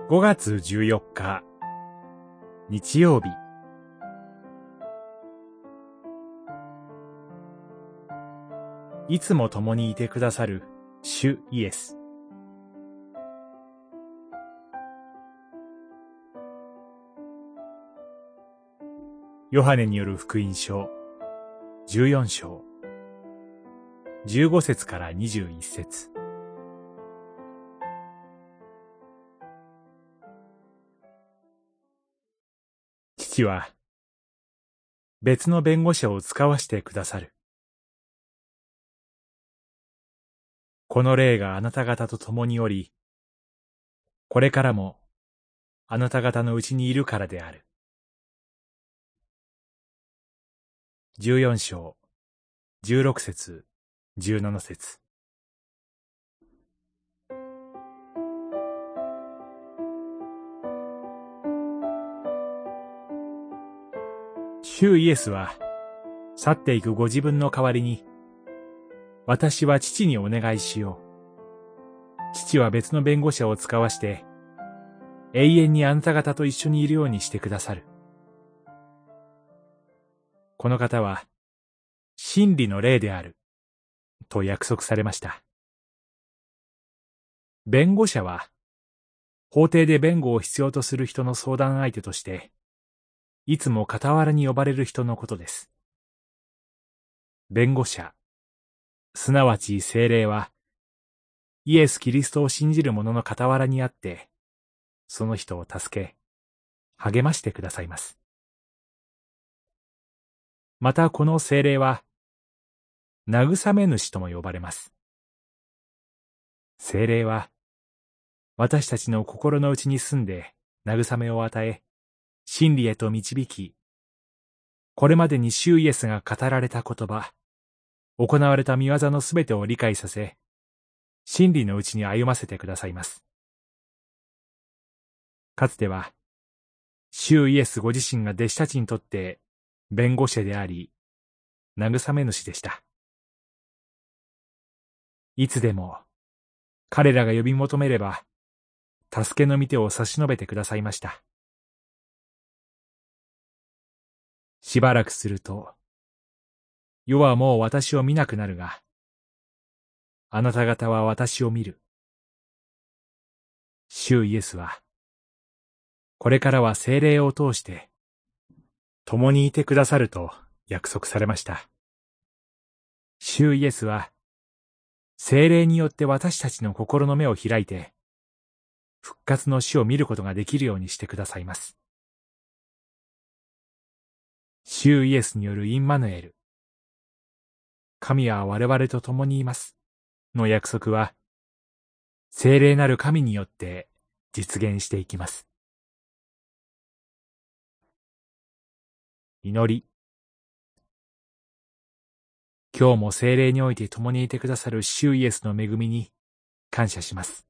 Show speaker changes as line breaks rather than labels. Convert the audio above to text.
5月14日日曜日。いつも共にいてくださる主イエス。ヨハネによる福音書14章15節から21節。父は別の弁護者を使わしてくださる。この霊があなた方と共におり、これからもあなた方のうちにいるからである。14章16節17節。主イエスは去っていくご自分の代わりに、私は父にお願いしよう。父は別の弁護者を使わして、永遠にあなた方と一緒にいるようにしてくださる。この方は、真理の霊である、と約束されました。弁護者は、法廷で弁護を必要とする人の相談相手として、いつも傍らに呼ばれる人のことです。弁護者、すなわち聖霊は、イエス・キリストを信じる者の傍らにあって、その人を助け、励ましてくださいます。またこの聖霊は、慰め主とも呼ばれます。聖霊は、私たちの心の内に住んで慰めを与え、真理へと導き、これまでに主イエスが語られた言葉、行われた御業のすべてを理解させ、真理のうちに歩ませてくださいます。かつては、主イエスご自身が弟子たちにとって弁護者であり、慰め主でした。いつでも、彼らが呼び求めれば、助けの御手を差し伸べてくださいました。しばらくすると、世はもう私を見なくなるが、あなた方は私を見る。主イエスは、これからは聖霊を通して、共にいてくださると約束されました。主イエスは、聖霊によって私たちの心の目を開いて、復活の死を見ることができるようにしてくださいます。主イエスによるインマヌエル、神は我々と共にいますの約束は、聖霊なる神によって実現していきます。祈り。今日も聖霊において共にいてくださる主イエスの恵みに感謝します。